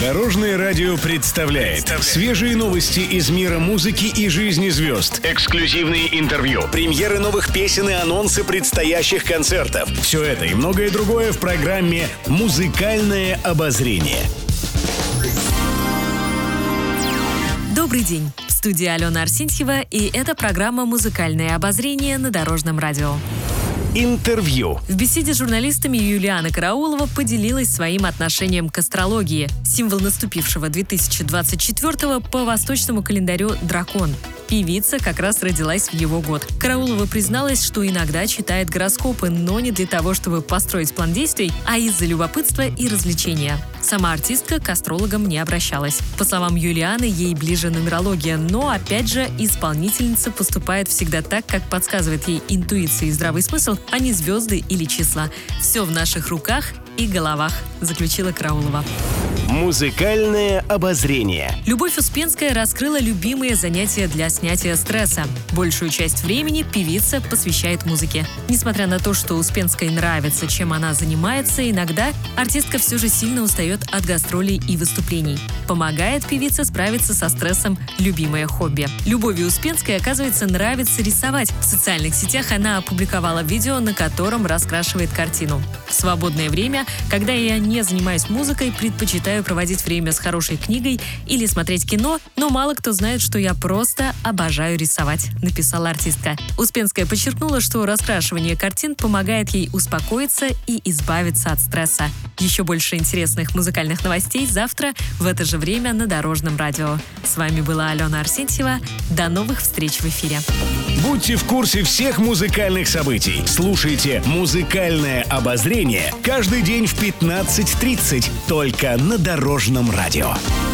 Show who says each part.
Speaker 1: Дорожное радио представляет свежие новости из мира музыки и жизни звезд. Эксклюзивные интервью, премьеры новых песен и анонсы предстоящих концертов. Все это и многое другое в программе «Музыкальное обозрение».
Speaker 2: Добрый день! В студии Алена Арсентьева, и это программа «Музыкальное обозрение» на Дорожном радио.
Speaker 1: Интервью.
Speaker 2: В беседе с журналистами Юлиана Караулова поделилась своим отношением к астрологии. Символ наступившего 2024-го по восточному календарю – дракон. Певица как раз родилась в его год. Караулова призналась, что иногда читает гороскопы, но не для того, чтобы построить план действий, а из-за любопытства и развлечения. Сама артистка к астрологам не обращалась. По словам Юлианы, ей ближе нумерология, но, опять же, исполнительница поступает всегда так, как подсказывает ей интуиция и здравый смысл, а не звезды или числа. Все в наших руках и головах, заключила Караулова.
Speaker 1: Музыкальное обозрение.
Speaker 2: Любовь Успенская раскрыла любимые занятия для снятия стресса. Большую часть времени певица посвящает музыке. Несмотря на то, что Успенской нравится, чем она занимается, иногда артистка все же сильно устает от гастролей и выступлений. Помогает певице справиться со стрессом любимое хобби. Любови Успенской, оказывается, нравится рисовать. В социальных сетях она опубликовала видео, на котором раскрашивает картину. В свободное время, когда я не занимаюсь музыкой, предпочитаю проводить время с хорошей книгой или смотреть кино, но мало кто знает, что я просто обожаю рисовать, написала артистка. Успенская подчеркнула, что раскрашивание картин помогает ей успокоиться и избавиться от стресса. Еще больше интересных музыкальных новостей завтра в это же время на Дорожном радио. С вами была Алена Арсентьева. До новых встреч в эфире.
Speaker 1: Будьте в курсе всех музыкальных событий. Слушайте «Музыкальное обозрение» каждый день в 15:30 только на Дорожном радио.